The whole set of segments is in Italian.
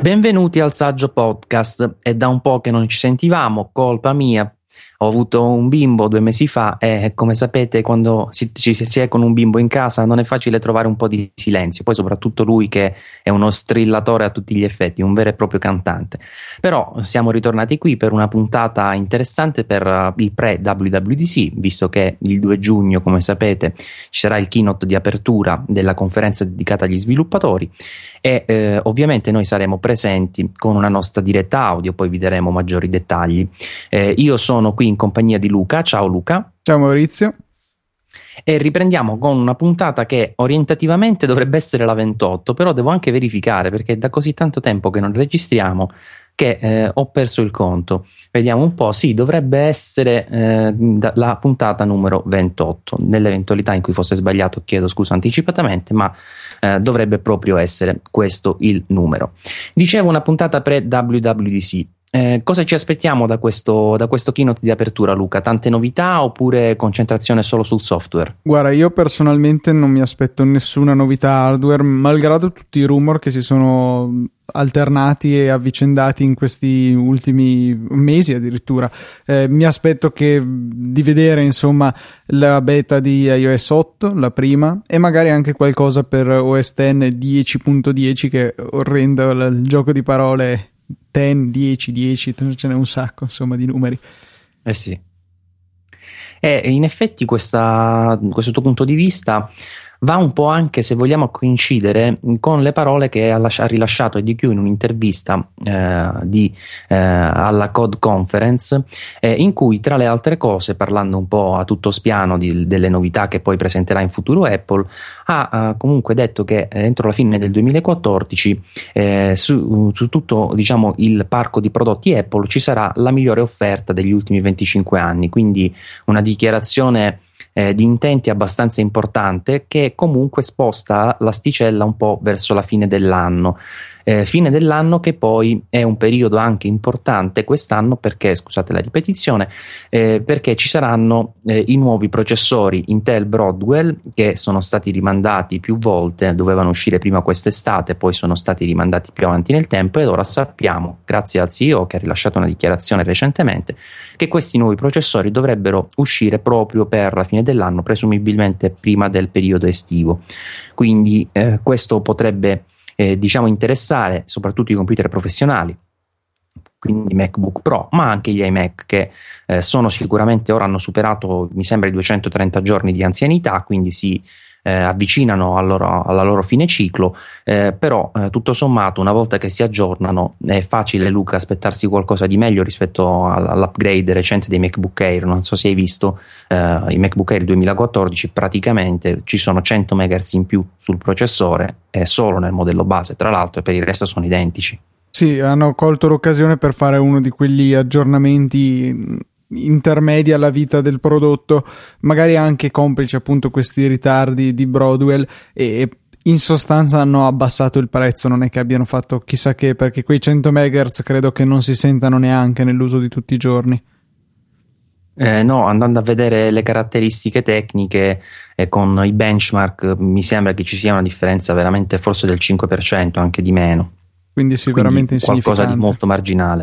Benvenuti al Saggio Podcast. È da un po' che non ci sentivamo, colpa mia. Ho avuto un bimbo 2 mesi fa e, come sapete, quando si è con un bimbo in casa non è facile trovare un po' di silenzio, poi soprattutto lui che è uno strillatore a tutti gli effetti, un vero e proprio cantante. Però siamo ritornati qui per una puntata interessante per il pre-WWDC, visto che il 2 giugno, come sapete, ci sarà il keynote di apertura della conferenza dedicata agli sviluppatori e ovviamente noi saremo presenti con una nostra diretta audio, poi vi daremo maggiori dettagli. Io sono qui in compagnia di Luca. Ciao Luca. Ciao Maurizio. E riprendiamo con una puntata che orientativamente dovrebbe essere la 28, però devo anche verificare perché è da così tanto tempo che non registriamo che ho perso il conto. Vediamo un po', sì, dovrebbe essere la puntata numero 28. Nell'eventualità in cui fosse sbagliato chiedo scusa anticipatamente, ma dovrebbe proprio essere questo il numero. Dicevo, una puntata pre-WWDC. Cosa ci aspettiamo da questo keynote di apertura, Luca? Tante novità oppure concentrazione solo sul software? Guarda, io personalmente non mi aspetto nessuna novità hardware, malgrado tutti i rumor che si sono alternati e avvicendati in questi ultimi mesi addirittura. Mi aspetto di vedere insomma la beta di iOS 8, la prima, e magari anche qualcosa per OS X 10.10, che è orrendo il gioco di parole. 10, 10, ce n'è un sacco insomma di numeri. Sì. E in effetti questo tuo punto di vista va un po' anche, se vogliamo, coincidere con le parole che ha rilasciato EDQ in un'intervista alla Code Conference, in cui, tra le altre cose, parlando un po' a tutto spiano delle novità che poi presenterà in futuro Apple, ha comunque detto che entro la fine del 2014 su tutto, diciamo, il parco di prodotti Apple ci sarà la migliore offerta degli ultimi 25 anni, quindi una dichiarazione di intenti abbastanza importante, che comunque sposta l'asticella un po' verso la fine dell'anno. Fine dell'anno che poi è un periodo anche importante quest'anno perché, scusate la ripetizione, perché ci saranno i nuovi processori Intel Broadwell che sono stati rimandati più volte, dovevano uscire prima quest'estate, poi sono stati rimandati più avanti nel tempo, ed ora sappiamo, grazie al CEO che ha rilasciato una dichiarazione recentemente, che questi nuovi processori dovrebbero uscire proprio per la fine dell'anno, presumibilmente prima del periodo estivo. Quindi questo potrebbe diciamo interessare soprattutto i computer professionali, quindi MacBook Pro, ma anche gli iMac, che sono sicuramente, ora hanno superato, mi sembra, i 230 giorni di anzianità, quindi si avvicinano alla loro fine ciclo, però tutto sommato, una volta che si aggiornano, è facile, Luca, aspettarsi qualcosa di meglio rispetto all'upgrade recente dei MacBook Air. Non so se hai visto i MacBook Air 2014, praticamente ci sono 100 MHz in più sul processore, solo nel modello base, tra l'altro, e per il resto sono identici. Sì, hanno colto l'occasione per fare uno di quegli aggiornamenti intermedi alla vita del prodotto, magari anche complice appunto questi ritardi di Broadwell, e in sostanza hanno abbassato il prezzo, non è che abbiano fatto chissà che, perché quei 100 MHz credo che non si sentano neanche nell'uso di tutti i giorni. No, andando a vedere le caratteristiche tecniche con i benchmark, mi sembra che ci sia una differenza veramente forse del 5%, anche di meno. Quindi sì, veramente insignificante. Qualcosa di molto marginale.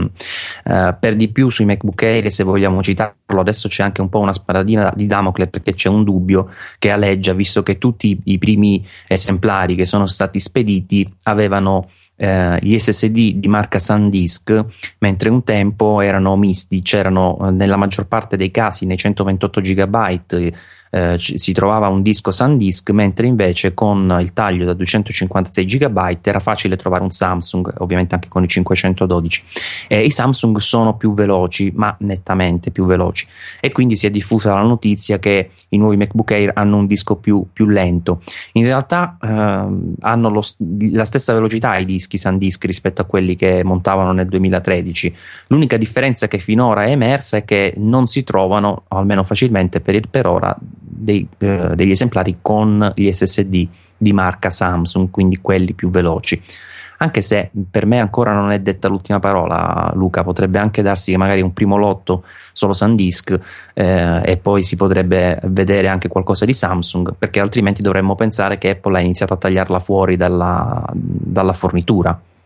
Per di più sui MacBook Air, se vogliamo citarlo, adesso c'è anche un po' una spadina di Damocle, perché c'è un dubbio che aleggia, visto che tutti i primi esemplari che sono stati spediti avevano gli SSD di marca SanDisk, mentre un tempo erano misti, c'erano nella maggior parte dei casi, nei 128 GB si trovava un disco SanDisk, mentre invece con il taglio da 256 GB era facile trovare un Samsung, ovviamente anche con i 512. I Samsung sono più veloci, ma nettamente più veloci, e quindi si è diffusa la notizia che i nuovi MacBook Air hanno un disco più lento. In realtà hanno la stessa velocità i dischi SanDisk rispetto a quelli che montavano nel 2013. L'unica differenza che finora è emersa è che non si trovano, o almeno facilmente per ora, degli esemplari con gli SSD di marca Samsung, quindi quelli più veloci. Anche se per me ancora non è detta l'ultima parola, Luca, potrebbe anche darsi che magari un primo lotto solo SanDisk e poi si potrebbe vedere anche qualcosa di Samsung, perché altrimenti dovremmo pensare che Apple ha iniziato a tagliarla fuori dalla fornitura.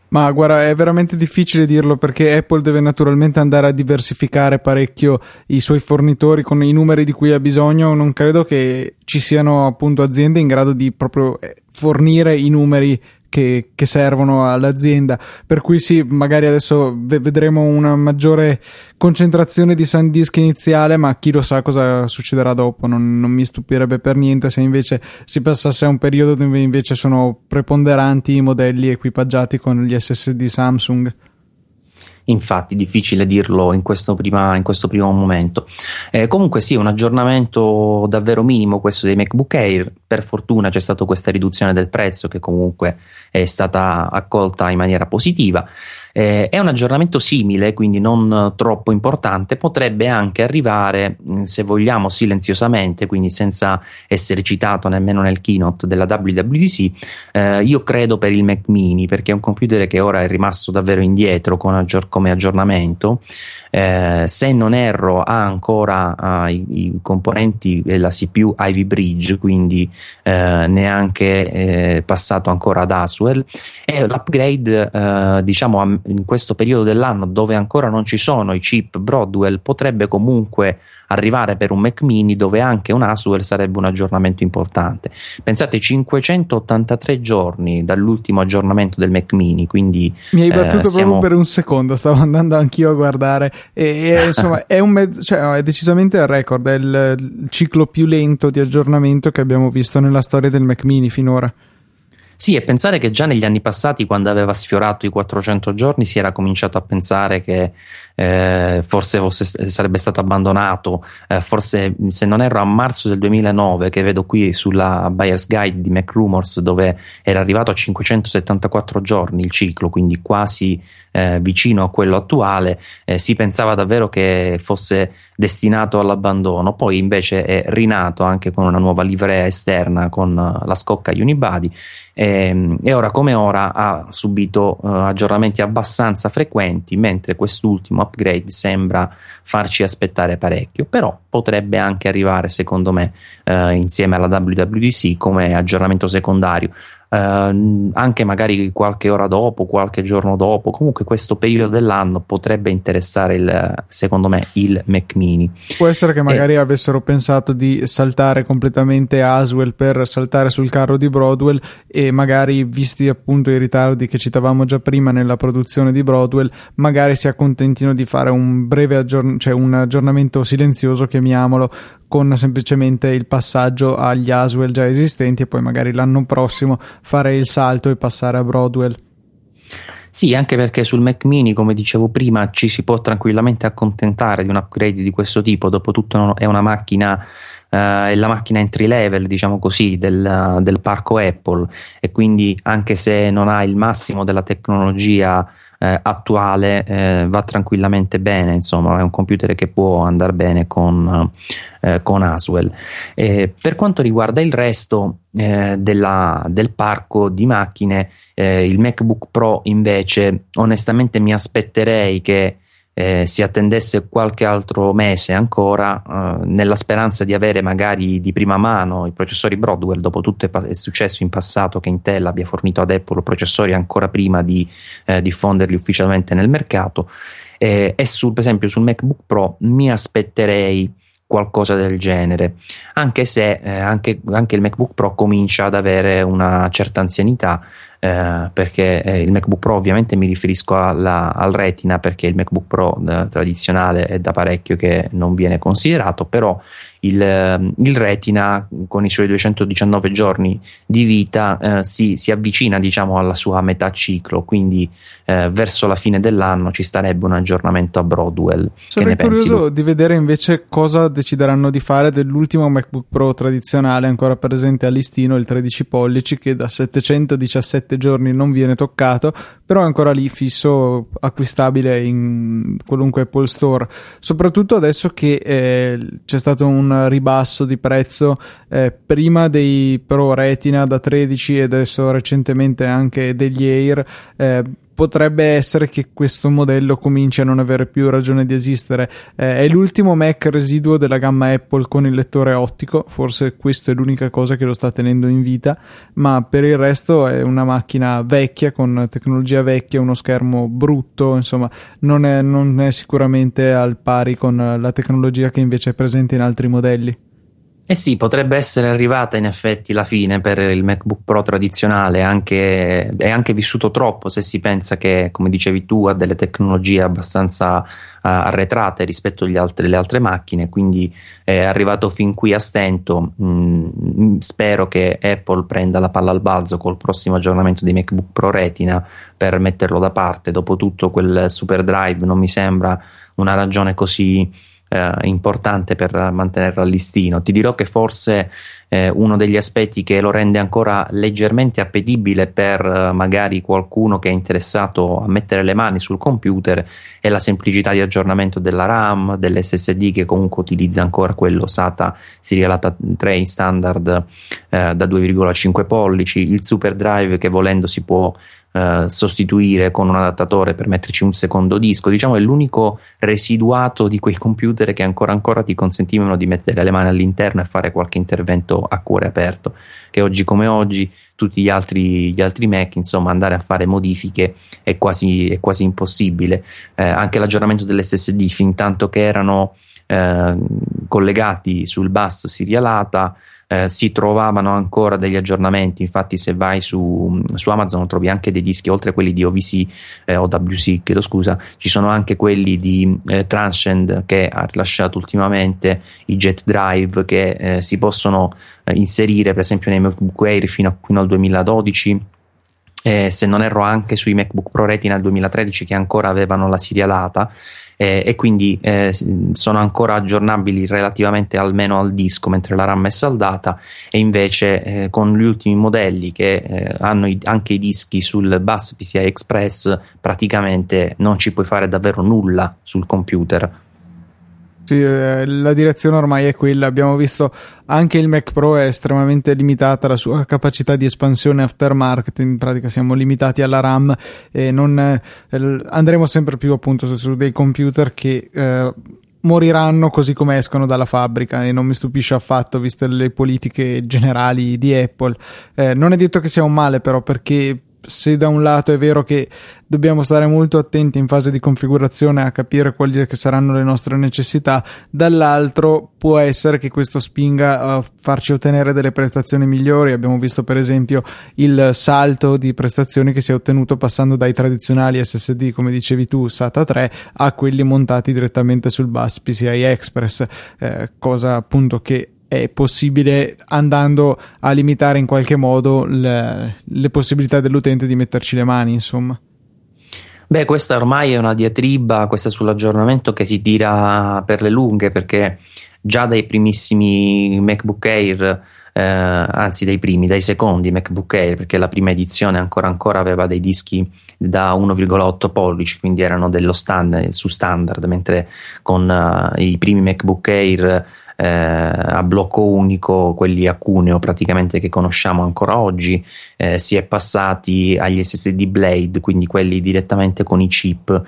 Ma guarda, è veramente difficile dirlo perché Apple deve naturalmente andare a diversificare parecchio i suoi fornitori con i numeri di cui ha bisogno. Non credo che ci siano appunto aziende in grado di proprio fornire i numeri che servono all'azienda, per cui sì, magari adesso vedremo una maggiore concentrazione di SanDisk iniziale, ma chi lo sa cosa succederà dopo. Non mi stupirebbe per niente se invece si passasse a un periodo dove invece sono preponderanti i modelli equipaggiati con gli SSD Samsung. Infatti, difficile dirlo in questo primo momento. Comunque sì, un aggiornamento davvero minimo questo dei MacBook Air. Per fortuna c'è stata questa riduzione del prezzo che comunque è stata accolta in maniera positiva. È un aggiornamento simile, quindi non troppo importante, potrebbe anche arrivare, se vogliamo, silenziosamente, quindi senza essere citato nemmeno nel keynote della WWDC. Io credo per il Mac Mini, perché è un computer che ora è rimasto davvero indietro come aggiornamento. Se non erro ha ancora i componenti della CPU Ivy Bridge, quindi neanche passato ancora ad Haswell, e l'upgrade diciamo in questo periodo dell'anno dove ancora non ci sono i chip Broadwell potrebbe comunque arrivare per un Mac Mini, dove anche un Haswell sarebbe un aggiornamento importante. Pensate, 583 giorni dall'ultimo aggiornamento del Mac Mini, quindi mi hai battuto proprio per un secondo, stavo andando anch'io a guardare e insomma è decisamente il record, è il ciclo più lento di aggiornamento che abbiamo visto nella storia del Mac Mini finora. Sì, e pensare che già negli anni passati, quando aveva sfiorato i 400 giorni, si era cominciato a pensare che forse sarebbe stato abbandonato, forse, se non erro, a marzo del 2009, che vedo qui sulla Buyer's Guide di Mac Rumors, dove era arrivato a 574 giorni il ciclo, quindi quasi vicino a quello attuale. Si pensava davvero che fosse destinato all'abbandono, poi invece è rinato anche con una nuova livrea esterna con la scocca Unibody, e ora come ora ha subito aggiornamenti abbastanza frequenti, mentre quest'ultimo upgrade sembra farci aspettare parecchio, però potrebbe anche arrivare, secondo me, insieme alla WWDC come aggiornamento secondario. Anche magari qualche ora dopo, qualche giorno dopo. Comunque questo periodo dell'anno potrebbe interessare secondo me il Mac Mini. Può essere che magari avessero pensato di saltare completamente Haswell per saltare sul carro di Broadwell, e magari, visti appunto i ritardi che citavamo già prima nella produzione di Broadwell, magari si accontentino di fare un breve un aggiornamento silenzioso, chiamiamolo, con semplicemente il passaggio agli Haswell già esistenti, e poi magari l'anno prossimo fare il salto e passare a Broadwell. Sì, anche perché sul Mac Mini, come dicevo prima, ci si può tranquillamente accontentare di un upgrade di questo tipo. Dopotutto è una macchina, è la macchina entry level, diciamo così, del parco Apple, e quindi anche se non ha il massimo della tecnologia attuale, va tranquillamente bene. Insomma, è un computer che può andare bene con Haswell. Per quanto riguarda il resto del parco di macchine, il MacBook Pro invece, onestamente mi aspetterei che si attendesse qualche altro mese ancora, nella speranza di avere magari di prima mano i processori Broadwell. Dopotutto è successo in passato che Intel abbia fornito ad Apple processori ancora prima di diffonderli ufficialmente nel mercato, e per esempio sul MacBook Pro mi aspetterei qualcosa del genere, anche se anche il MacBook Pro comincia ad avere una certa anzianità, perché il MacBook Pro, ovviamente mi riferisco al Retina, perché il MacBook Pro tradizionale è da parecchio che non viene considerato, però il Retina con i suoi 219 giorni di vita si avvicina, diciamo, alla sua metà ciclo, quindi verso la fine dell'anno ci starebbe un aggiornamento a Broadwell. Sarei curioso di vedere invece cosa decideranno di fare dell'ultimo MacBook Pro tradizionale ancora presente a listino, il 13 pollici, che da 717 giorni non viene toccato, però è ancora lì fisso, acquistabile in qualunque Apple Store, soprattutto adesso che c'è stato un ribasso di prezzo prima dei Pro Retina da 13 e adesso recentemente anche degli Air, potrebbe essere che questo modello cominci a non avere più ragione di esistere. È l'ultimo Mac residuo della gamma Apple con il lettore ottico, forse questa è l'unica cosa che lo sta tenendo in vita, ma per il resto è una macchina vecchia con tecnologia vecchia, uno schermo brutto, insomma non è sicuramente al pari con la tecnologia che invece è presente in altri modelli. Eh sì, potrebbe essere arrivata in effetti la fine per il MacBook Pro tradizionale, è anche vissuto troppo se si pensa che, come dicevi tu, ha delle tecnologie abbastanza arretrate rispetto alle altre macchine, quindi è arrivato fin qui a stento. Spero che Apple prenda la palla al balzo col prossimo aggiornamento di MacBook Pro Retina per metterlo da parte. Dopotutto quel Super Drive non mi sembra una ragione così importante per mantenerlo al listino. Ti dirò che forse uno degli aspetti che lo rende ancora leggermente appetibile per magari qualcuno che è interessato a mettere le mani sul computer è la semplicità di aggiornamento della RAM, dell'SSD, che comunque utilizza ancora quello SATA serialata 3 in standard da 2,5 pollici, il Super Drive che volendo si può sostituire con un adattatore per metterci un secondo disco. Diciamo è l'unico residuato di quei computer che ancora ti consentivano di mettere le mani all'interno e fare qualche intervento a cuore aperto, che oggi come oggi tutti gli altri Mac, insomma, andare a fare modifiche è quasi impossibile. Anche l'aggiornamento dell'SSD, fin tanto che erano collegati sul bus serialata, si trovavano ancora degli aggiornamenti. Infatti se vai su Amazon trovi anche dei dischi, oltre a quelli di OVC OWC, chiedo scusa, ci sono anche quelli di Transcend, che ha rilasciato ultimamente i Jet Drive, che si possono inserire per esempio nei MacBook Air fino al 2012, se non erro anche sui MacBook Pro Retina 2013 che ancora avevano la serialata, e quindi sono ancora aggiornabili relativamente almeno al disco, mentre la RAM è saldata. E invece con gli ultimi modelli che hanno anche i dischi sul bus PCI Express, praticamente non ci puoi fare davvero nulla sul computer. Sì, la direzione ormai è quella. Abbiamo visto anche il Mac Pro è estremamente limitata la sua capacità di espansione aftermarket, in pratica siamo limitati alla RAM e andremo sempre più appunto su dei computer che moriranno così come escono dalla fabbrica, e non mi stupisce affatto viste le politiche generali di Apple. Non è detto che sia un male, però, perché se da un lato è vero che dobbiamo stare molto attenti in fase di configurazione a capire quali che saranno le nostre necessità, dall'altro può essere che questo spinga a farci ottenere delle prestazioni migliori. Abbiamo visto per esempio il salto di prestazioni che si è ottenuto passando dai tradizionali SSD, come dicevi tu, SATA 3, a quelli montati direttamente sul bus PCI Express, cosa appunto che è possibile andando a limitare in qualche modo le possibilità dell'utente di metterci le mani, insomma. Beh, questa ormai è una diatriba, questa sull'aggiornamento, che si tira per le lunghe, perché già dai primissimi MacBook Air, dai secondi MacBook Air, perché la prima edizione ancora aveva dei dischi da 1,8 pollici, quindi erano dello standard, su standard, mentre con i primi MacBook Air a blocco unico, quelli a cuneo praticamente che conosciamo ancora oggi, si è passati agli SSD Blade, quindi quelli direttamente con i chip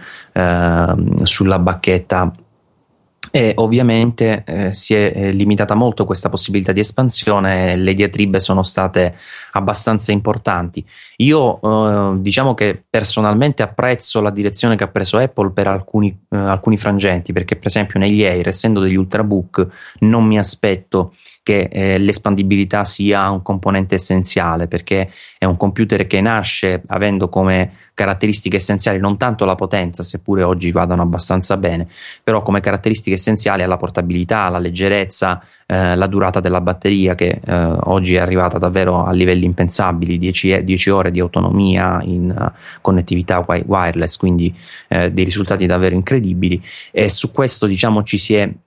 sulla bacchetta, e ovviamente si è limitata molto questa possibilità di espansione. Le diatribe sono state abbastanza importanti. Io diciamo che personalmente apprezzo la direzione che ha preso Apple per alcuni frangenti, perché per esempio negli Air, essendo degli ultrabook, non mi aspetto che l'espandibilità sia un componente essenziale, perché è un computer che nasce avendo come caratteristiche essenziali non tanto la potenza, seppure oggi vadano abbastanza bene, però come caratteristiche essenziali la portabilità, la leggerezza, la durata della batteria, che oggi è arrivata davvero a livelli impensabili, 10 ore di autonomia in connettività wireless, quindi dei risultati davvero incredibili. E su questo diciamo ci si è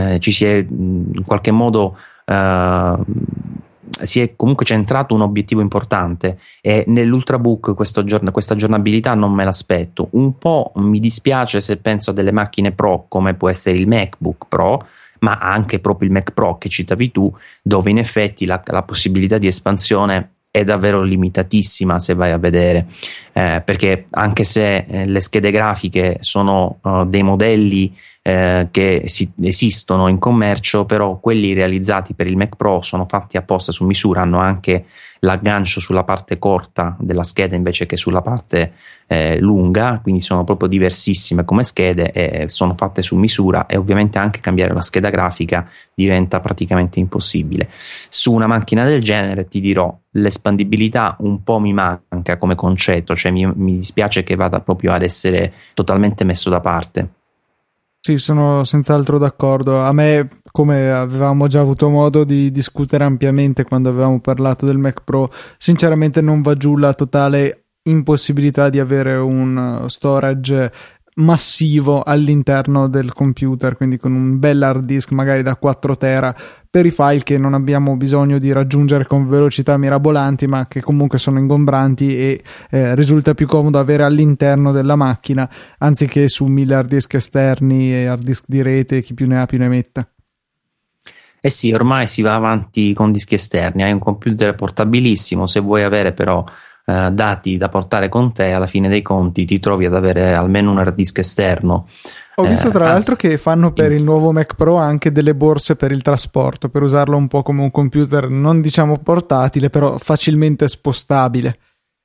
in qualche modo si è comunque centrato un obiettivo importante, e nell'ultrabook questa aggiornabilità non me l'aspetto. Un po' mi dispiace se penso a delle macchine pro come può essere il MacBook Pro, ma anche proprio il Mac Pro che citavi tu, dove in effetti la possibilità di espansione è davvero limitatissima se vai a vedere, perché anche se le schede grafiche sono dei modelli che esistono in commercio, però quelli realizzati per il Mac Pro sono fatti apposta su misura, hanno anche l'aggancio sulla parte corta della scheda invece che sulla parte lunga, quindi sono proprio diversissime come schede e sono fatte su misura, e ovviamente anche cambiare la scheda grafica diventa praticamente impossibile. Su una macchina del genere, ti dirò, l'espandibilità un po' mi manca come concetto, cioè mi dispiace che vada proprio ad essere totalmente messo da parte. Sì, sono senz'altro d'accordo. A me, come avevamo già avuto modo di discutere ampiamente quando avevamo parlato del Mac Pro, sinceramente non va giù la totale impossibilità di avere un storage massivo all'interno del computer, quindi con un bel hard disk magari da 4 tera per i file che non abbiamo bisogno di raggiungere con velocità mirabolanti, ma che comunque sono ingombranti, e risulta più comodo avere all'interno della macchina anziché su 1000 hard disk esterni e hard disk di rete, chi più ne ha più ne metta. Eh sì, ormai si va avanti con dischi esterni, hai un computer portabilissimo, se vuoi avere però dati da portare con te, alla fine dei conti ti trovi ad avere almeno un hard disk esterno. Ho visto tra l'altro che fanno per il nuovo Mac Pro anche delle borse per il trasporto, per usarlo un po' come un computer non diciamo portatile, però facilmente spostabile.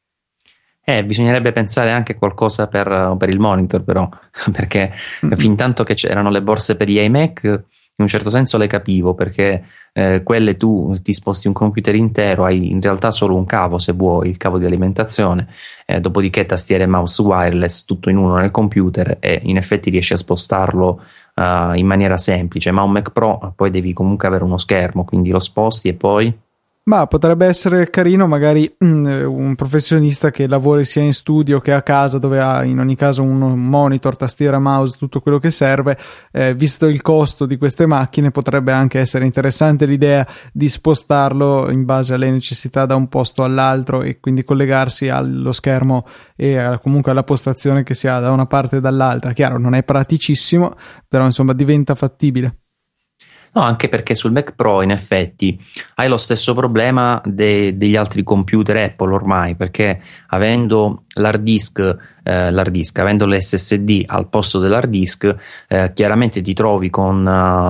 Bisognerebbe pensare anche a qualcosa per il monitor, però, perché fin tanto che c'erano le borse per gli iMac, in un certo senso le capivo, perché quelle tu ti sposti un computer intero, hai in realtà solo un cavo, se vuoi, il cavo di alimentazione, dopodiché tastiere e mouse wireless, tutto in uno nel computer, e in effetti riesci a spostarlo in maniera semplice. Ma un Mac Pro poi devi comunque avere uno schermo, quindi lo sposti e poi... Ma potrebbe essere carino magari un professionista che lavori sia in studio che a casa, dove ha in ogni caso un monitor, tastiera, mouse, tutto quello che serve. Visto il costo di queste macchine, potrebbe anche essere interessante l'idea di spostarlo in base alle necessità da un posto all'altro, e quindi collegarsi allo schermo e comunque alla postazione che si ha da una parte e dall'altra. Chiaro, non è praticissimo, però insomma diventa fattibile. No, anche perché sul Mac Pro in effetti hai lo stesso problema degli altri computer Apple ormai, perché avendo l'hard disk, avendo l'SSD al posto dell'hard disk, chiaramente ti trovi con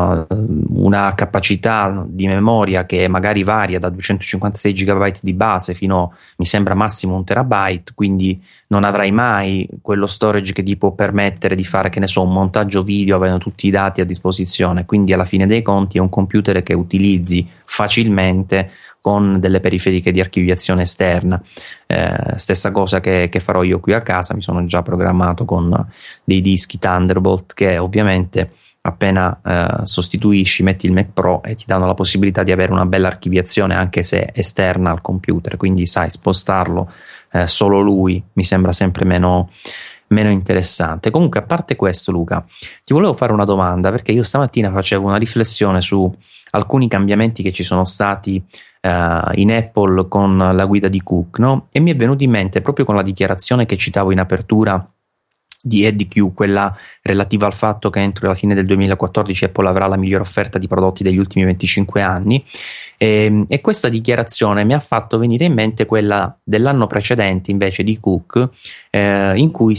una capacità di memoria che magari varia da 256 GB di base fino, mi sembra, massimo 1 terabyte, quindi non avrai mai quello storage che ti può permettere di fare, che ne so, un montaggio video avendo tutti i dati a disposizione. Quindi alla fine dei conti è un computer che utilizzi facilmente con delle periferiche di archiviazione esterna. Stessa cosa che farò io qui a casa, mi sono già programmato con dei dischi Thunderbolt che ovviamente appena sostituisci, metti il Mac Pro e ti danno la possibilità di avere una bella archiviazione anche se esterna al computer, quindi sai, spostarlo solo lui mi sembra sempre meno interessante. Comunque, a parte questo, Luca, ti volevo fare una domanda, perché io stamattina facevo una riflessione su alcuni cambiamenti che ci sono stati in Apple con la guida di Cook, no? E mi è venuto in mente, proprio con la dichiarazione che citavo in apertura di Eddy Cue, quella relativa al fatto che entro la fine del 2014 Apple avrà la migliore offerta di prodotti degli ultimi 25 anni, e questa dichiarazione mi ha fatto venire in mente quella dell'anno precedente invece di Cook, in cui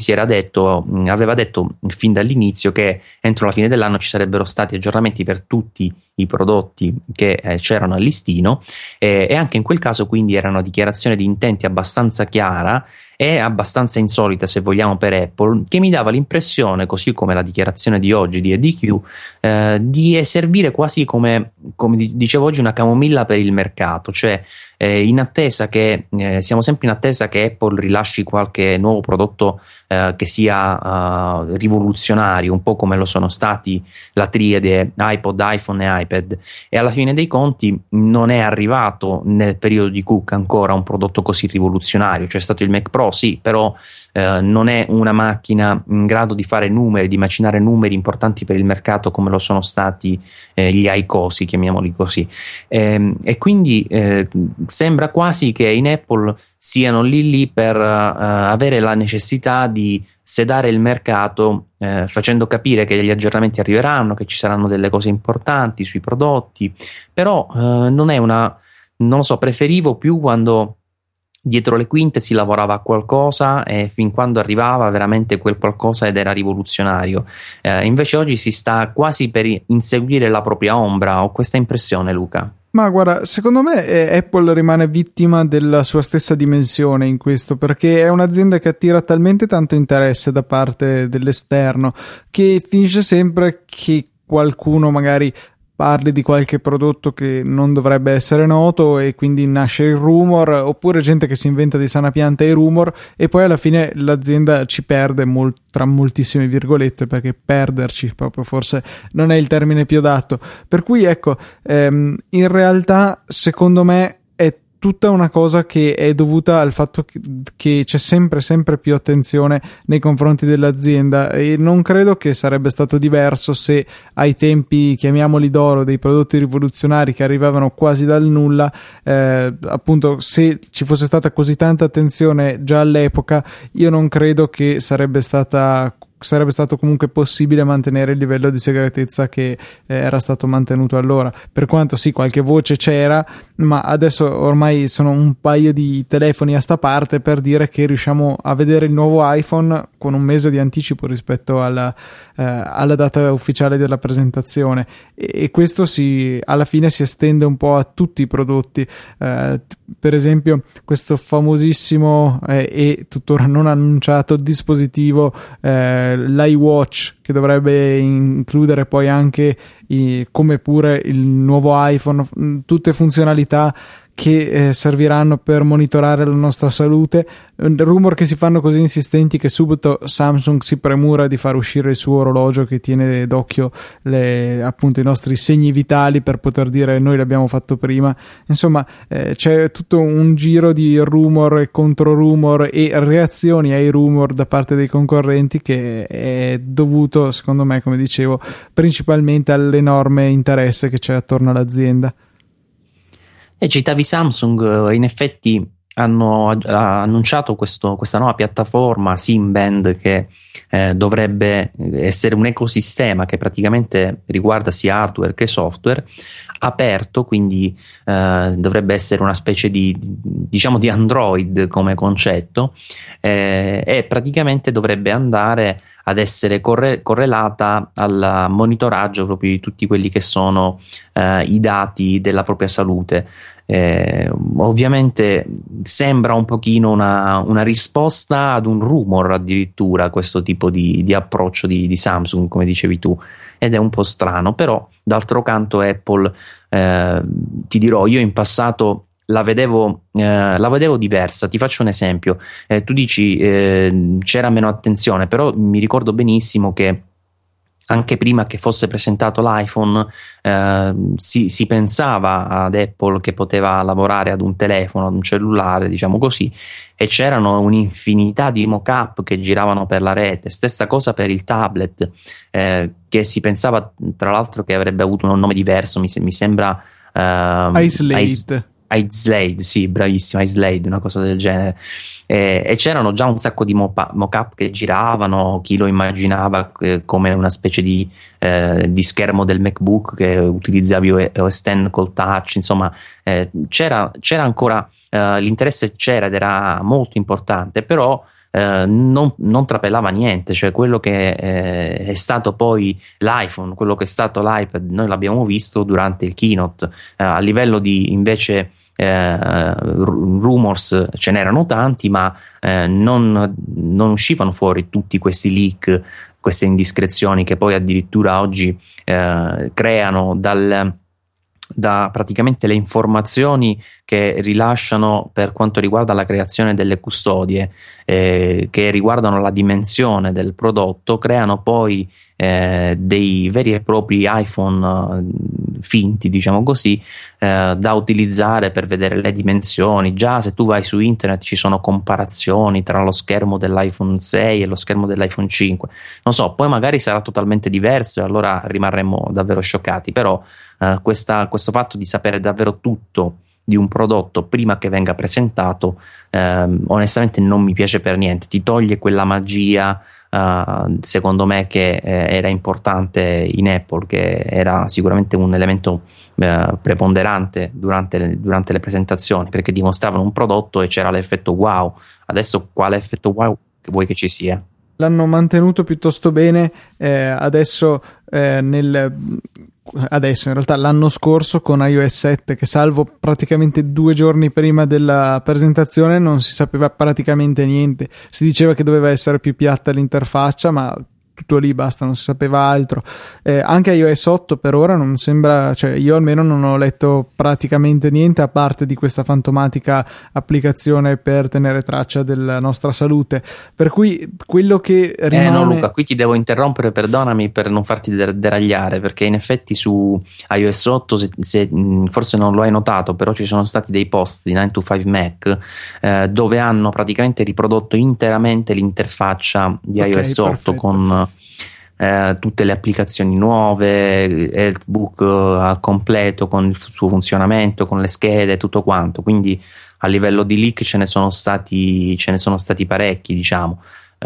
aveva detto fin dall'inizio che entro la fine dell'anno ci sarebbero stati aggiornamenti per tutti i prodotti che c'erano al listino, e anche in quel caso quindi era una dichiarazione di intenti abbastanza chiara e abbastanza insolita, se vogliamo, per Apple, che mi dava l'impressione, così come la dichiarazione di oggi di EDQ, di servire quasi come dicevo oggi, una camomilla per il mercato, cioè in attesa che siamo sempre in attesa che Apple rilasci qualche nuovo prodotto che sia rivoluzionario, un po' come lo sono stati la triade iPod, iPhone e iPad, e alla fine dei conti non è arrivato nel periodo di Cook ancora un prodotto così rivoluzionario. C'è stato il Mac Pro, sì, però non è una macchina in grado di fare numeri, di macinare numeri importanti per il mercato come lo sono stati gli iCosi, chiamiamoli così, e quindi sembra quasi che in Apple siano lì per avere la necessità di sedare il mercato, facendo capire che gli aggiornamenti arriveranno, che ci saranno delle cose importanti sui prodotti, però non lo so, preferivo più quando dietro le quinte si lavorava a qualcosa e fin quando arrivava veramente quel qualcosa ed era rivoluzionario. Invece oggi si sta quasi per inseguire la propria ombra. Ho questa impressione, Luca. Ma guarda, secondo me Apple rimane vittima della sua stessa dimensione in questo, perché è un'azienda che attira talmente tanto interesse da parte dell'esterno che finisce sempre che qualcuno magari parli di qualche prodotto che non dovrebbe essere noto e quindi nasce il rumor, oppure gente che si inventa di sana pianta i rumor, e poi alla fine l'azienda ci perde tra moltissime virgolette, perché perderci proprio forse non è il termine più adatto. Per cui ecco, in realtà secondo me è tutta una cosa che è dovuta al fatto che c'è sempre più attenzione nei confronti dell'azienda, e non credo che sarebbe stato diverso se ai tempi, chiamiamoli d'oro, dei prodotti rivoluzionari che arrivavano quasi dal nulla, appunto, se ci fosse stata così tanta attenzione già all'epoca, io non credo che sarebbe stato comunque possibile mantenere il livello di segretezza che era stato mantenuto allora. Per quanto sì, qualche voce c'era, ma adesso ormai sono un paio di telefoni a sta parte per dire che riusciamo a vedere il nuovo iPhone con un mese di anticipo rispetto alla data ufficiale della presentazione, e questo alla fine si estende un po' a tutti i prodotti. Per esempio questo famosissimo e tuttora non annunciato dispositivo, l'iWatch, che dovrebbe includere poi anche come pure il nuovo iPhone, tutte funzionalità che serviranno per monitorare la nostra salute. Rumor che si fanno così insistenti che subito Samsung si premura di far uscire il suo orologio che tiene d'occhio appunto i nostri segni vitali, per poter dire noi l'abbiamo fatto prima. Insomma, c'è tutto un giro di rumor e contro rumor e reazioni ai rumor da parte dei concorrenti, che è dovuto, secondo me, come dicevo, principalmente all'enorme interesse che c'è attorno all'azienda. E citavi Samsung, in effetti ha annunciato questa nuova piattaforma Symbian che dovrebbe essere un ecosistema che praticamente riguarda sia hardware che software, aperto, quindi dovrebbe essere una specie diciamo di Android come concetto, e praticamente dovrebbe andare ad essere correlata al monitoraggio proprio di tutti quelli che sono i dati della propria salute. Ovviamente sembra un pochino una risposta ad un rumor, addirittura, questo tipo di approccio di Samsung, come dicevi tu, ed è un po' strano. Però d'altro canto Apple, ti dirò, io in passato la vedevo diversa. Ti faccio un esempio. Tu dici c'era meno attenzione, però mi ricordo benissimo che anche prima che fosse presentato l'iPhone si pensava ad Apple che poteva lavorare ad un telefono, ad un cellulare, diciamo così, e c'erano un'infinità di mock-up che giravano per la rete. Stessa cosa per il tablet, che si pensava tra l'altro che avrebbe avuto un nome diverso, mi sembra iSlade, sì, bravissimo, iSlade, una cosa del genere. E c'erano già un sacco di mock-up che giravano. Chi lo immaginava come una specie di schermo del MacBook che utilizzavi OS X col touch, insomma, c'era ancora l'interesse, c'era ed era molto importante, però non trapelava niente. Cioè quello che è stato poi l'iPhone, quello che è stato l'iPad, noi l'abbiamo visto durante il keynote. A livello di invece rumors ce n'erano tanti, ma non uscivano fuori tutti questi leak, queste indiscrezioni che poi addirittura oggi creano da praticamente le informazioni che rilasciano per quanto riguarda la creazione delle custodie, che riguardano la dimensione del prodotto, creano poi dei veri e propri iPhone finti, diciamo così, da utilizzare per vedere le dimensioni. Già se tu vai su internet ci sono comparazioni tra lo schermo dell'iPhone 6 e lo schermo dell'iPhone 5. Non so, poi magari sarà totalmente diverso e allora rimarremo davvero scioccati, però questo fatto di sapere davvero tutto di un prodotto prima che venga presentato, onestamente non mi piace per niente. Ti toglie quella magia secondo me, che era importante in Apple, che era sicuramente un elemento preponderante durante le presentazioni, perché dimostravano un prodotto e c'era l'effetto wow. Adesso quale effetto wow che vuoi che ci sia? L'hanno mantenuto piuttosto bene. Adesso in realtà l'anno scorso con iOS 7, che salvo praticamente 2 giorni prima della presentazione non si sapeva praticamente niente. Si diceva che doveva essere più piatta l'interfaccia, ma tutto lì, basta, non si sapeva altro. Anche iOS 8 per ora non sembra, cioè io almeno non ho letto praticamente niente, a parte di questa fantomatica applicazione per tenere traccia della nostra salute, per cui quello che rimane... No, Luca, qui ti devo interrompere, perdonami per non farti deragliare, perché in effetti su iOS 8, se forse non lo hai notato, però ci sono stati dei post di 9to5Mac dove hanno praticamente riprodotto interamente l'interfaccia di iOS 8, perfetto. con tutte le applicazioni nuove, Healthbook al completo con il suo funzionamento, con le schede e tutto quanto. Quindi a livello di leak ce ne sono stati parecchi, diciamo.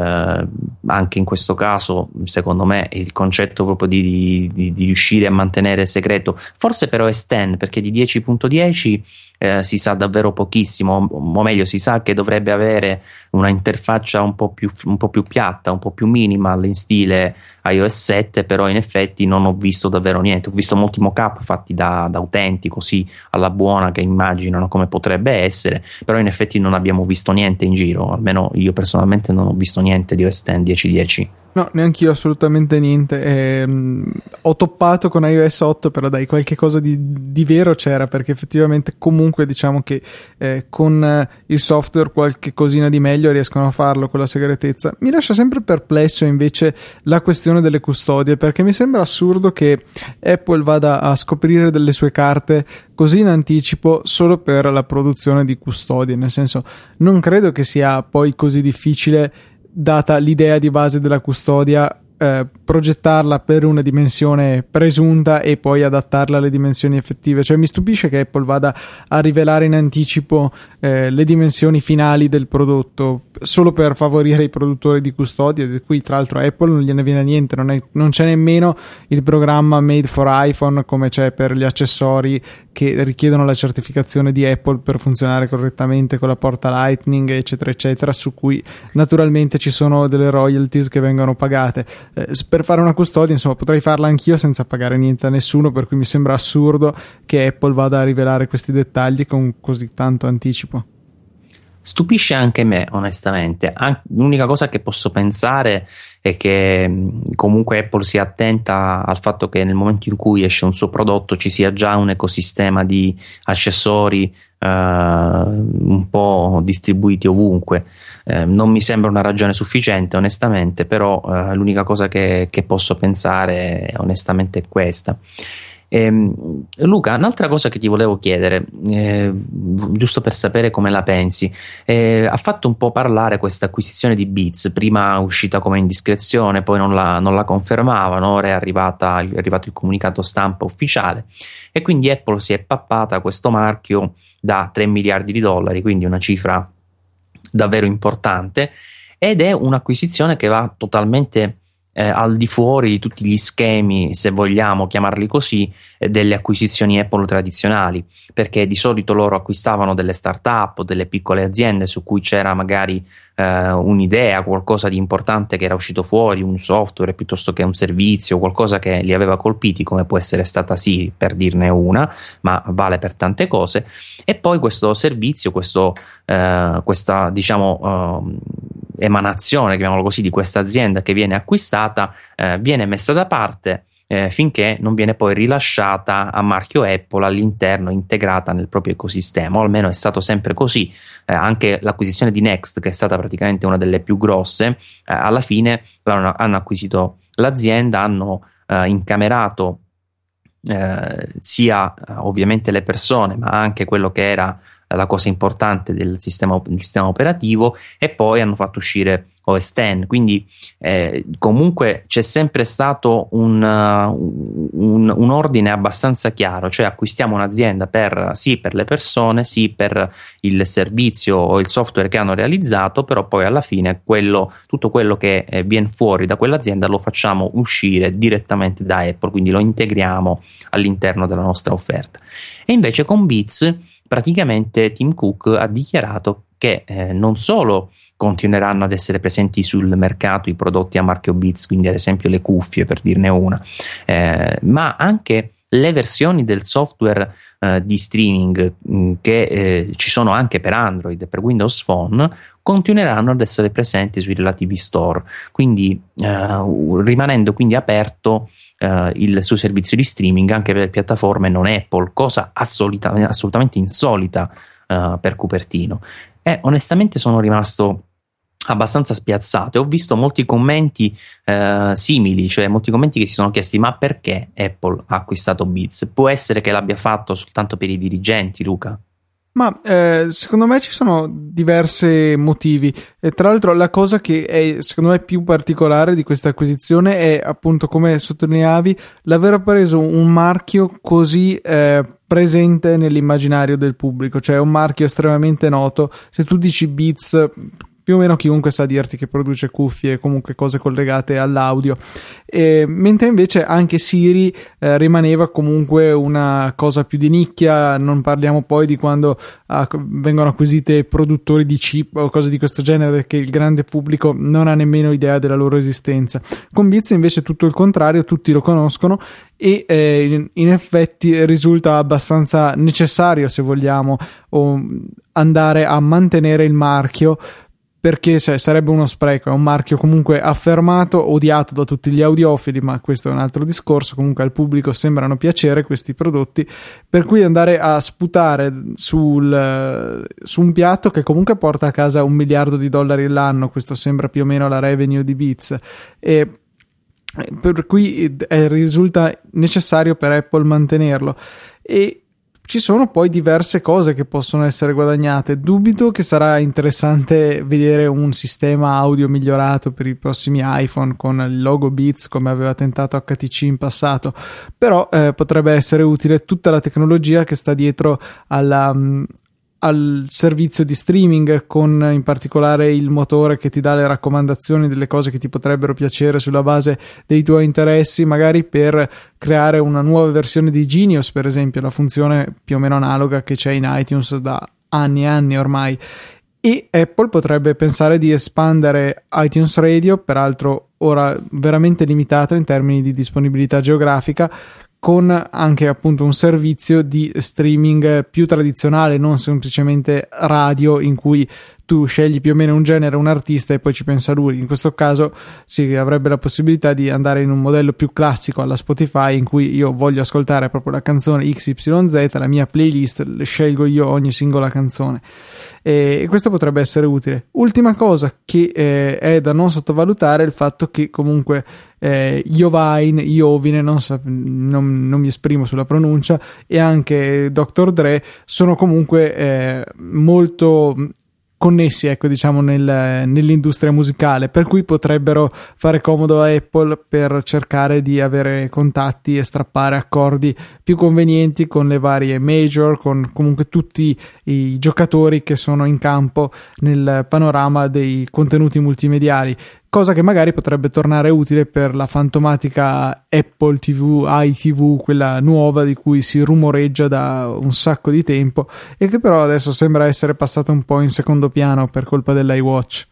Anche in questo caso, secondo me, il concetto proprio di riuscire a mantenere segreto, forse per OS X, perché di 10.10 si sa davvero pochissimo, o meglio, si sa che dovrebbe avere una interfaccia un po' più piatta, un po' più minimal in stile iOS 7, però in effetti non ho visto davvero niente. Ho visto molti mock-up fatti da utenti così alla buona, che immaginano come potrebbe essere, però in effetti non abbiamo visto niente in giro, almeno io personalmente non ho visto niente di OS X 10.10. No, neanch'io, assolutamente niente. Ho toppato con iOS 8, però dai, qualche cosa di vero c'era, perché effettivamente comunque diciamo che con il software qualche cosina di meglio riescono a farlo con la segretezza. Mi lascia sempre perplesso invece la questione delle custodie, perché mi sembra assurdo che Apple vada a scoprire delle sue carte così in anticipo solo per la produzione di custodie, nel senso, non credo che sia poi così difficile, data l'idea di base della custodia, progettarla per una dimensione presunta e poi adattarla alle dimensioni effettive. Cioè mi stupisce che Apple vada a rivelare in anticipo le dimensioni finali del prodotto solo per favorire i produttori di custodia, di cui tra l'altro Apple non gliene viene niente. Non c'è nemmeno il programma Made for iPhone come c'è per gli accessori che richiedono la certificazione di Apple per funzionare correttamente con la porta Lightning, eccetera eccetera, su cui naturalmente ci sono delle royalties che vengono pagate. Per fare una custodia, insomma, potrei farla anch'io senza pagare niente a nessuno, per cui mi sembra assurdo che Apple vada a rivelare questi dettagli con così tanto anticipo. Stupisce anche me, onestamente. L'unica cosa che posso pensare è che comunque Apple sia attenta al fatto che nel momento in cui esce un suo prodotto ci sia già un ecosistema di accessori un po' distribuiti ovunque. Non mi sembra una ragione sufficiente, onestamente, però l'unica cosa che posso pensare onestamente è questa. Luca, un'altra cosa che ti volevo chiedere, giusto per sapere come la pensi, ha fatto un po' parlare questa acquisizione di Beats, prima uscita come indiscrezione, poi non la confermavano, ora è arrivato il comunicato stampa ufficiale e quindi Apple si è pappata questo marchio da 3 miliardi di dollari, quindi una cifra davvero importante, ed è un'acquisizione che va totalmente al di fuori di tutti gli schemi, se vogliamo chiamarli così, delle acquisizioni Apple tradizionali, perché di solito loro acquistavano delle start-up o delle piccole aziende su cui c'era magari un'idea, qualcosa di importante che era uscito fuori, un software piuttosto che un servizio, qualcosa che li aveva colpiti, come può essere stata Siri, per dirne una, ma vale per tante cose. E poi questo servizio, questa diciamo emanazione, chiamiamolo così, di questa azienda che viene acquistata, viene messa da parte finché non viene poi rilasciata a marchio Apple all'interno, integrata nel proprio ecosistema, o almeno è stato sempre così. Anche l'acquisizione di Next, che è stata praticamente una delle più grosse, alla fine hanno acquisito l'azienda, hanno incamerato sia ovviamente le persone, ma anche quello che era la cosa importante del sistema operativo, e poi hanno fatto uscire OS X, quindi comunque c'è sempre stato un ordine abbastanza chiaro, cioè acquistiamo un'azienda per le persone, sì per il servizio o il software che hanno realizzato, però poi alla fine tutto quello che viene fuori da quell'azienda lo facciamo uscire direttamente da Apple, quindi lo integriamo all'interno della nostra offerta. E invece con Beats praticamente Tim Cook ha dichiarato che non solo continueranno ad essere presenti sul mercato i prodotti a marchio Beats, quindi ad esempio le cuffie per dirne una, ma anche le versioni del software di streaming che ci sono anche per Android e per Windows Phone continueranno ad essere presenti sui relativi store, quindi rimanendo quindi aperto il suo servizio di streaming anche per piattaforme non Apple, cosa assolutamente insolita per Cupertino. E onestamente sono rimasto abbastanza spiazzato e ho visto molti commenti simili, cioè molti commenti che si sono chiesti: ma perché Apple ha acquistato Beats? Può essere che l'abbia fatto soltanto per i dirigenti, Luca? Ma secondo me ci sono diversi motivi, e tra l'altro la cosa che è secondo me più particolare di questa acquisizione è appunto, come sottolineavi, l'aver preso un marchio così presente nell'immaginario del pubblico, cioè un marchio estremamente noto. Se tu dici Beats, più o meno chiunque sa dirti che produce cuffie e comunque cose collegate all'audio, mentre invece anche Siri rimaneva comunque una cosa più di nicchia. Non parliamo poi di quando vengono acquisite produttori di chip o cose di questo genere, che il grande pubblico non ha nemmeno idea della loro esistenza. Con Beats invece tutto il contrario, tutti lo conoscono e in effetti risulta abbastanza necessario, se vogliamo, andare a mantenere il marchio, perché sarebbe uno spreco. È un marchio comunque affermato, odiato da tutti gli audiofili, ma questo è un altro discorso. Comunque al pubblico sembrano piacere questi prodotti, per cui andare a sputare su un piatto che comunque porta a casa $1 miliardo l'anno, questo sembra più o meno la revenue di Beats, e per cui risulta necessario per Apple mantenerlo. E ci sono poi diverse cose che possono essere guadagnate. Dubito che sarà interessante vedere un sistema audio migliorato per i prossimi iPhone con il logo Beats, come aveva tentato HTC in passato, però potrebbe essere utile tutta la tecnologia che sta dietro al servizio di streaming, con in particolare il motore che ti dà le raccomandazioni delle cose che ti potrebbero piacere sulla base dei tuoi interessi, magari per creare una nuova versione di Genius, per esempio, la funzione più o meno analoga che c'è in iTunes da anni e anni ormai. E Apple potrebbe pensare di espandere iTunes Radio, peraltro ora veramente limitato in termini di disponibilità geografica, con anche appunto un servizio di streaming più tradizionale, non semplicemente radio in cui tu scegli più o meno un genere, un artista e poi ci pensa lui. In questo caso si avrebbe la possibilità di andare in un modello più classico alla Spotify, in cui io voglio ascoltare proprio la canzone XYZ, la mia playlist, le scelgo io ogni singola canzone, e questo potrebbe essere utile. Ultima cosa che è da non sottovalutare è il fatto che comunque Jovine, non mi esprimo sulla pronuncia, e anche Dr. Dre sono comunque molto connessi, ecco, diciamo, nell'industria musicale, per cui potrebbero fare comodo a Apple per cercare di avere contatti e strappare accordi più convenienti con le varie major, con comunque tutti i giocatori che sono in campo nel panorama dei contenuti multimediali, cosa che magari potrebbe tornare utile per la fantomatica Apple TV, iTV, quella nuova di cui si rumoreggia da un sacco di tempo e che però adesso sembra essere passata un po' in secondo piano per colpa dell'iWatch.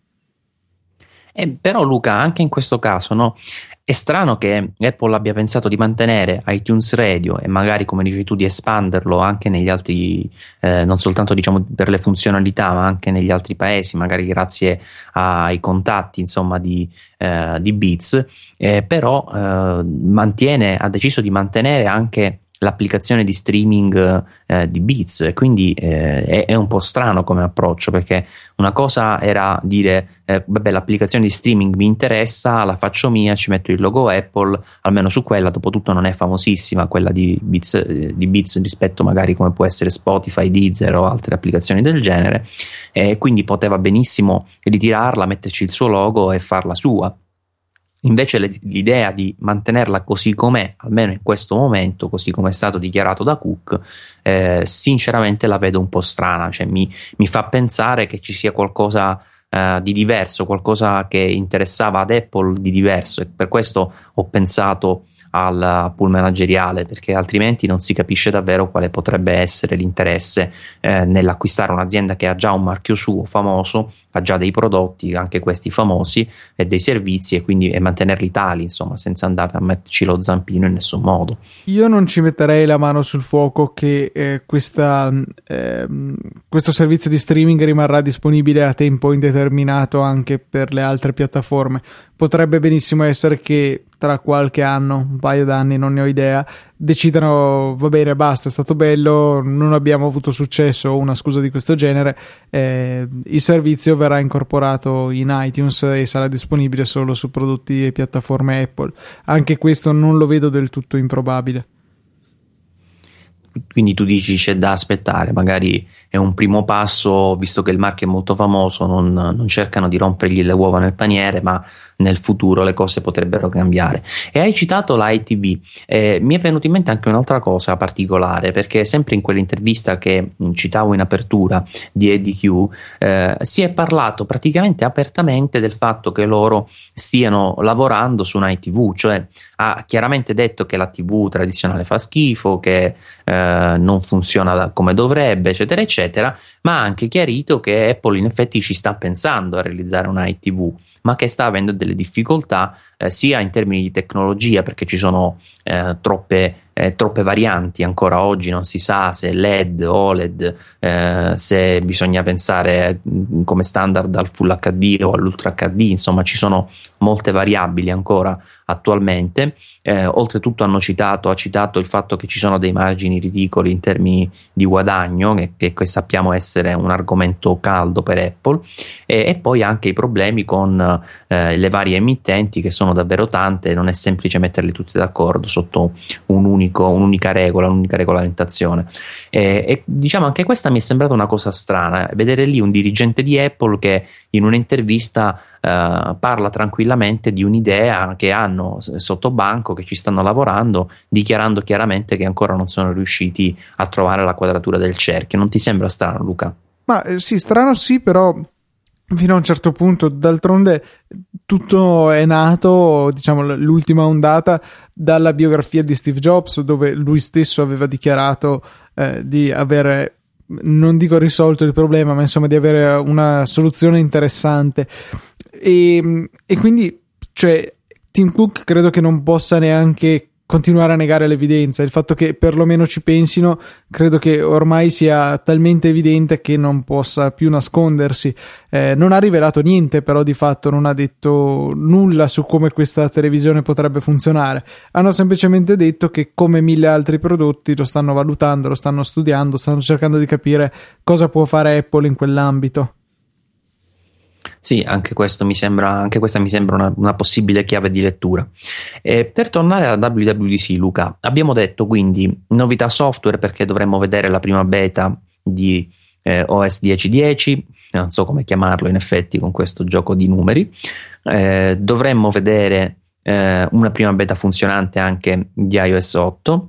Però Luca, anche in questo caso, no? È strano che Apple abbia pensato di mantenere iTunes Radio e magari, come dici tu, di espanderlo anche negli altri, non soltanto diciamo per le funzionalità, ma anche negli altri paesi, magari grazie ai contatti, insomma, di Beats, però ha deciso di mantenere anche l'applicazione di streaming di Beats, e quindi è un po' strano come approccio, perché una cosa era dire vabbè, l'applicazione di streaming mi interessa, la faccio mia, ci metto il logo Apple, almeno su quella dopotutto non è famosissima quella di Beats rispetto magari come può essere Spotify, Deezer o altre applicazioni del genere, quindi poteva benissimo ritirarla, metterci il suo logo e farla sua. Invece l'idea di mantenerla così com'è, almeno in questo momento, così come è stato dichiarato da Cook, sinceramente la vedo un po' strana, cioè mi fa pensare che ci sia qualcosa di diverso, qualcosa che interessava ad Apple di diverso, e per questo ho pensato al pool manageriale, perché altrimenti non si capisce davvero quale potrebbe essere l'interesse nell'acquistare un'azienda che ha già un marchio suo famoso, ha già dei prodotti, anche questi famosi, e dei servizi, e mantenerli tali, insomma, senza andare a metterci lo zampino in nessun modo. Io non ci metterei la mano sul fuoco che questo servizio di streaming rimarrà disponibile a tempo indeterminato anche per le altre piattaforme. Potrebbe benissimo essere che tra qualche anno, un paio d'anni, non ne ho idea, decidano va bene, basta, è stato bello, non abbiamo avuto successo o una scusa di questo genere, il servizio verrà incorporato in iTunes e sarà disponibile solo su prodotti e piattaforme Apple. Anche questo non lo vedo del tutto improbabile. Quindi tu dici c'è da aspettare, magari è un primo passo, visto che il marchio è molto famoso, non cercano di rompergli le uova nel paniere, ma nel futuro le cose potrebbero cambiare. E hai citato la ITV, mi è venuta in mente anche un'altra cosa particolare, perché sempre in quell'intervista che citavo in apertura di Eddie Q, si è parlato praticamente apertamente del fatto che loro stiano lavorando su una ITV, cioè ha chiaramente detto che la TV tradizionale fa schifo, che non funziona come dovrebbe, eccetera eccetera, ma ha anche chiarito che Apple in effetti ci sta pensando a realizzare una ITV, ma che sta avendo delle difficoltà sia in termini di tecnologia, perché ci sono troppe varianti, ancora oggi non si sa se LED, OLED, se bisogna pensare come standard al Full HD o all'Ultra HD, insomma ci sono molte variabili ancora attualmente. Oltretutto ha citato il fatto che ci sono dei margini ridicoli in termini di guadagno, che sappiamo essere un argomento caldo per Apple, e poi anche i problemi con le varie emittenti, che sono davvero tante, non è semplice metterle tutte d'accordo sotto un'unica regolamentazione, e diciamo anche questa mi è sembrata una cosa strana, vedere lì un dirigente di Apple che in un'intervista parla tranquillamente di un'idea che hanno sotto banco, che ci stanno lavorando, dichiarando chiaramente che ancora non sono riusciti a trovare la quadratura del cerchio. Non ti sembra strano, Luca? Ma sì, strano sì, però fino a un certo punto. D'altronde tutto è nato, diciamo, l'ultima ondata dalla biografia di Steve Jobs, dove lui stesso aveva dichiarato di avere, non dico risolto il problema, ma insomma di avere una soluzione interessante, e quindi, cioè, Tim Cook credo che non possa neanche continuare a negare l'evidenza. Il fatto che perlomeno ci pensino credo che ormai sia talmente evidente che non possa più nascondersi. Non ha rivelato niente, però di fatto non ha detto nulla su come questa televisione potrebbe funzionare. Hanno semplicemente detto che, come 1000 altri prodotti, lo stanno valutando, lo stanno studiando, stanno cercando di capire cosa può fare Apple in quell'ambito. Sì, anche questa mi sembra una possibile chiave di lettura. Per tornare alla WWDC, Luca, abbiamo detto quindi novità software, perché dovremmo vedere la prima beta di OS 10.10, non so come chiamarlo in effetti con questo gioco di numeri. Dovremmo vedere una prima beta funzionante anche di iOS 8.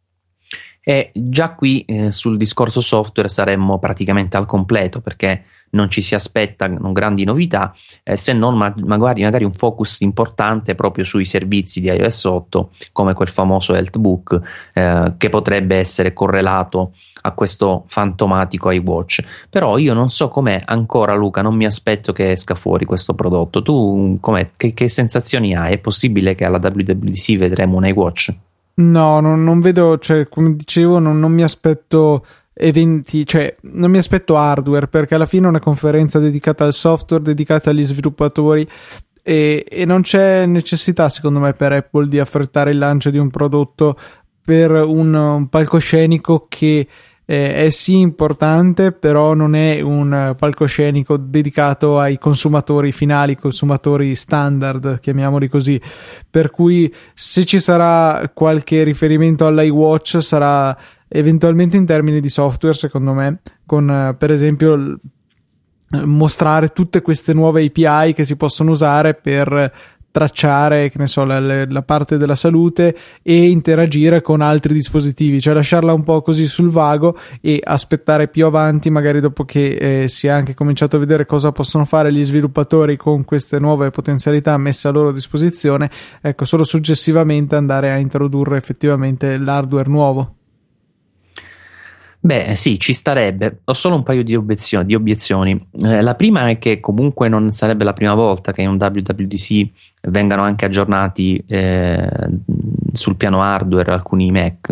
E già qui sul discorso software saremmo praticamente al completo, perché non ci si aspettano grandi novità, se non magari un focus importante proprio sui servizi di iOS 8, come quel famoso Healthbook, che potrebbe essere correlato a questo fantomatico iWatch. Però io non so com'è ancora, Luca, non mi aspetto che esca fuori questo prodotto. Tu che sensazioni hai? È possibile che alla WWDC vedremo un iWatch? No, non vedo, cioè, come dicevo, non mi aspetto eventi, cioè non mi aspetto hardware, perché alla fine è una conferenza dedicata al software, dedicata agli sviluppatori, e non c'è necessità secondo me per Apple di affrettare il lancio di un prodotto per un palcoscenico che è sì importante, però non è un palcoscenico dedicato ai consumatori finali, consumatori standard, chiamiamoli così, per cui se ci sarà qualche riferimento all'iWatch sarà eventualmente in termini di software, secondo me, con per esempio mostrare tutte queste nuove API che si possono usare per tracciare, che ne so, la parte della salute e interagire con altri dispositivi, cioè lasciarla un po' così sul vago e aspettare più avanti, magari dopo che si è anche cominciato a vedere cosa possono fare gli sviluppatori con queste nuove potenzialità messe a loro disposizione, ecco, solo successivamente andare a introdurre effettivamente l'hardware nuovo. Beh, sì, ci starebbe. Ho solo un paio di obiezioni. La prima è che comunque non sarebbe la prima volta che in un WWDC vengano anche aggiornati sul piano hardware alcuni Mac,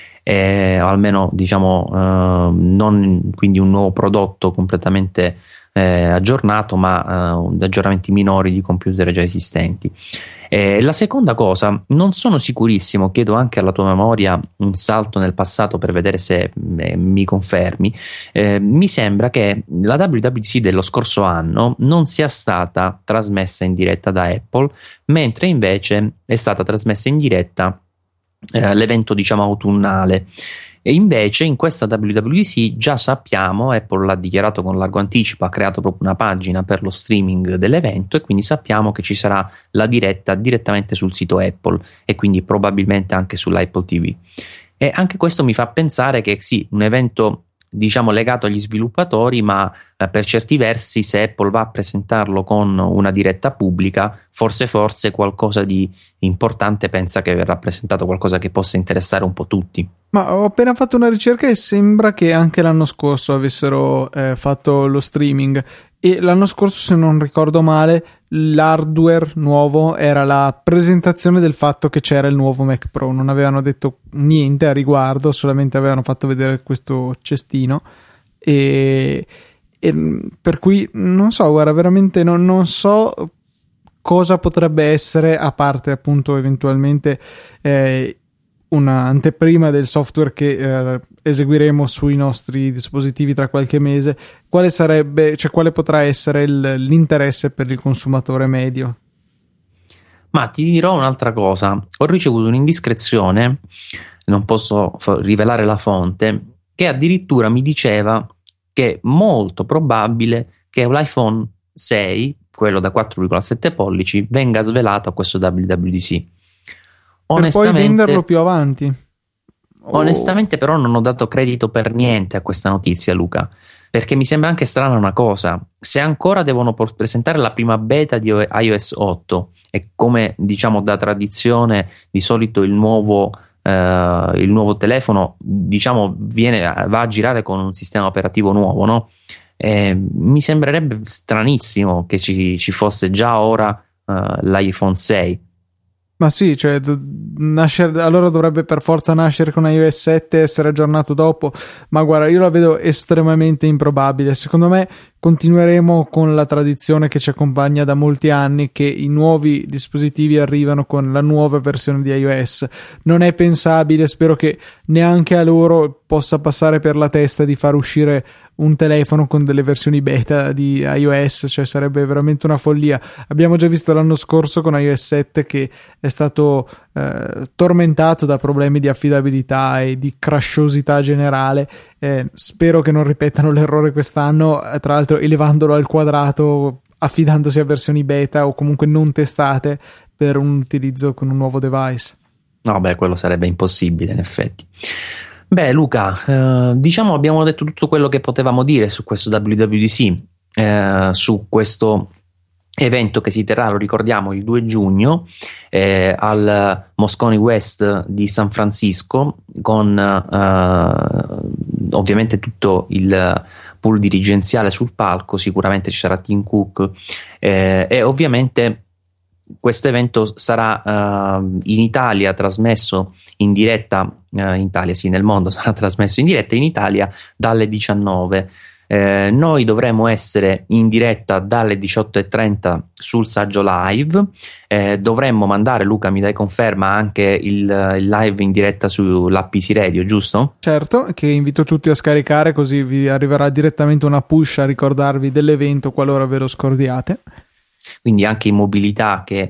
o almeno diciamo non quindi un nuovo prodotto completamente aggiornato, ma aggiornamenti minori di computer già esistenti. La seconda cosa, non sono sicurissimo, chiedo anche alla tua memoria un salto nel passato per vedere se mi confermi. Mi sembra che la WWDC dello scorso anno non sia stata trasmessa in diretta da Apple, mentre invece è stata trasmessa in diretta l'evento, diciamo, autunnale. E invece in questa WWDC già sappiamo, Apple l'ha dichiarato con largo anticipo, ha creato proprio una pagina per lo streaming dell'evento, e quindi sappiamo che ci sarà la diretta direttamente sul sito Apple e quindi probabilmente anche sull'Apple TV. E anche questo mi fa pensare che sì, un evento diciamo legato agli sviluppatori, ma per certi versi, se Apple va a presentarlo con una diretta pubblica, forse qualcosa di importante pensa che verrà presentato, qualcosa che possa interessare un po' tutti. Ma ho appena fatto una ricerca e sembra che anche l'anno scorso avessero fatto lo streaming, e l'anno scorso, se non ricordo male, l'hardware nuovo era la presentazione del fatto che c'era il nuovo Mac Pro. Non avevano detto niente a riguardo, solamente avevano fatto vedere questo cestino e per cui non so, guarda, veramente non so cosa potrebbe essere, a parte appunto eventualmente un'anteprima del software che eseguiremo sui nostri dispositivi tra qualche mese. Quale sarebbe, cioè quale potrà essere l'interesse per il consumatore medio? Ma ti dirò un'altra cosa: ho ricevuto un'indiscrezione, non posso rivelare la fonte, che addirittura mi diceva che è molto probabile che l'iPhone 6, quello da 4,7 pollici, venga svelato a questo WWDC. Per poi venderlo più avanti. Onestamente però non ho dato credito per niente a questa notizia, Luca, perché mi sembra anche strana una cosa: se ancora devono presentare la prima beta di iOS 8 e, come diciamo da tradizione, di solito il nuovo telefono, diciamo, va a girare con un sistema operativo nuovo, no? Mi sembrerebbe stranissimo che ci fosse già ora l'iPhone 6. Ma sì, cioè allora dovrebbe per forza nascere con iOS 7 e essere aggiornato dopo, ma guarda, io la vedo estremamente improbabile. Secondo me continueremo con la tradizione che ci accompagna da molti anni, che i nuovi dispositivi arrivano con la nuova versione di iOS. Non è pensabile, spero che neanche a loro possa passare per la testa di far uscire un telefono con delle versioni beta di iOS, cioè sarebbe veramente una follia. Abbiamo già visto l'anno scorso con iOS 7 che è stato tormentato da problemi di affidabilità e di crashosità generale. Spero che non ripetano l'errore quest'anno, tra l'altro elevandolo al quadrato, affidandosi a versioni beta o comunque non testate per un utilizzo con un nuovo device. No, beh, quello sarebbe impossibile in effetti. Beh, Luca, diciamo abbiamo detto tutto quello che potevamo dire su questo WWDC, su questo evento che si terrà, lo ricordiamo, il 2 giugno al Moscone West di San Francisco, con ovviamente tutto il pool dirigenziale sul palco. Sicuramente ci sarà Tim Cook e ovviamente questo evento sarà in Italia trasmesso in diretta, in Italia sì, nel mondo sarà trasmesso in diretta, in Italia dalle 19. Noi dovremo essere in diretta dalle 18:30 sul Saggio Live. Dovremmo mandare, Luca, mi dai conferma, anche il live in diretta sull'APC Radio, giusto? Certo, che invito tutti a scaricare, così vi arriverà direttamente una push a ricordarvi dell'evento qualora ve lo scordiate. Quindi anche in mobilità, che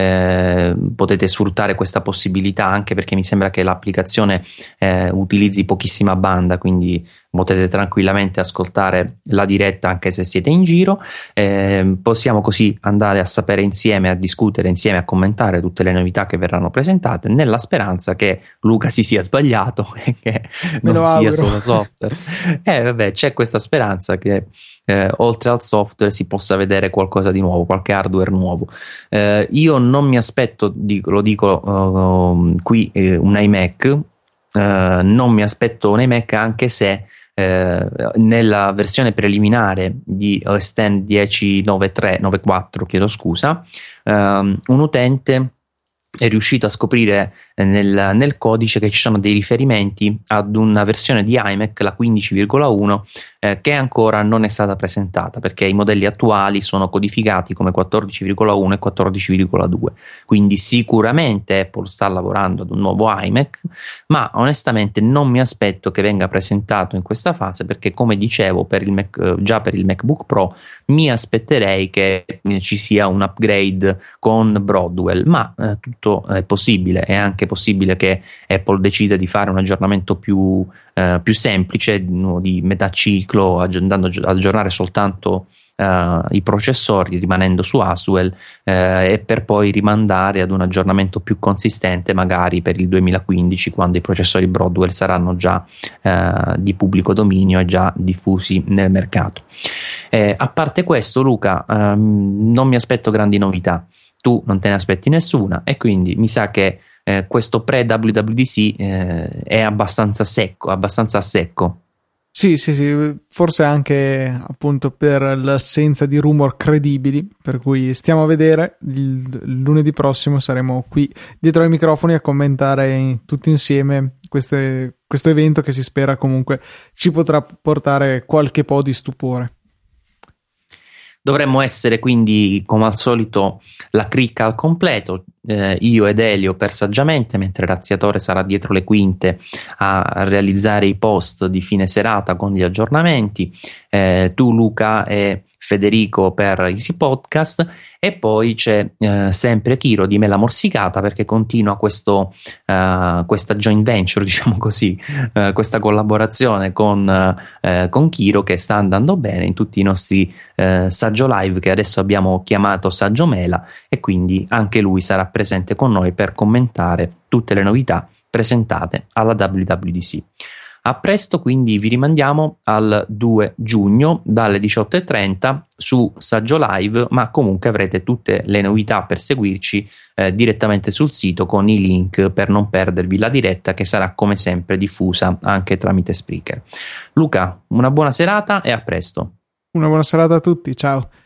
potete sfruttare questa possibilità, anche perché mi sembra che l'applicazione utilizzi pochissima banda, quindi potete tranquillamente ascoltare la diretta anche se siete in giro. Possiamo così andare a sapere insieme, a discutere insieme, a commentare tutte le novità che verranno presentate, nella speranza che Luca si sia sbagliato e che non sia solo software. Vabbè, c'è questa speranza che oltre al software si possa vedere qualcosa di nuovo, qualche hardware nuovo. Io non mi aspetto, lo dico qui, un iMac. Non mi aspetto un iMac, anche se nella versione preliminare di OS X 10.9.3.9.4, chiedo scusa, un utente è riuscito a scoprire nel codice che ci sono dei riferimenti ad una versione di iMac, la 15,1, che ancora non è stata presentata, perché i modelli attuali sono codificati come 14,1 e 14,2. quindi sicuramente Apple sta lavorando ad un nuovo iMac, ma onestamente non mi aspetto che venga presentato in questa fase, perché, come dicevo, già per il MacBook Pro mi aspetterei che ci sia un upgrade con Broadwell, ma tutto è possibile. È anche possibile che Apple decida di fare un aggiornamento più semplice, di metà ciclo, andando ad aggiornare soltanto i processori, rimanendo su Haswell, e per poi rimandare ad un aggiornamento più consistente magari per il 2015, quando i processori Broadwell saranno già di pubblico dominio e già diffusi nel mercato. A parte questo, Luca, non mi aspetto grandi novità. Tu non te ne aspetti nessuna, e quindi mi sa che questo pre-WWDC è abbastanza a secco. Sì, forse anche appunto per l'assenza di rumor credibili, per cui stiamo a vedere. Il lunedì prossimo saremo qui dietro ai microfoni a commentare tutti insieme questo evento, che si spera comunque ci potrà portare qualche po' di stupore. Dovremmo essere quindi, come al solito, la cricca al completo, io ed Elio per Saggiamente, mentre Razziatore sarà dietro le quinte a realizzare i post di fine serata con gli aggiornamenti, tu, Luca, e Federico per Easy Podcast, e poi c'è sempre Kiro di Mela Morsicata, perché continua questa joint venture, diciamo così, questa collaborazione con Kiro, che sta andando bene in tutti i nostri Saggio Live, che adesso abbiamo chiamato Saggio Mela, e quindi anche lui sarà presente con noi per commentare tutte le novità presentate alla WWDC. A presto, quindi vi rimandiamo al 2 giugno dalle 18:30 su Saggio Live, ma comunque avrete tutte le novità per seguirci direttamente sul sito, con i link per non perdervi la diretta, che sarà come sempre diffusa anche tramite Spreaker. Luca, una buona serata e a presto. Una buona serata a tutti, ciao.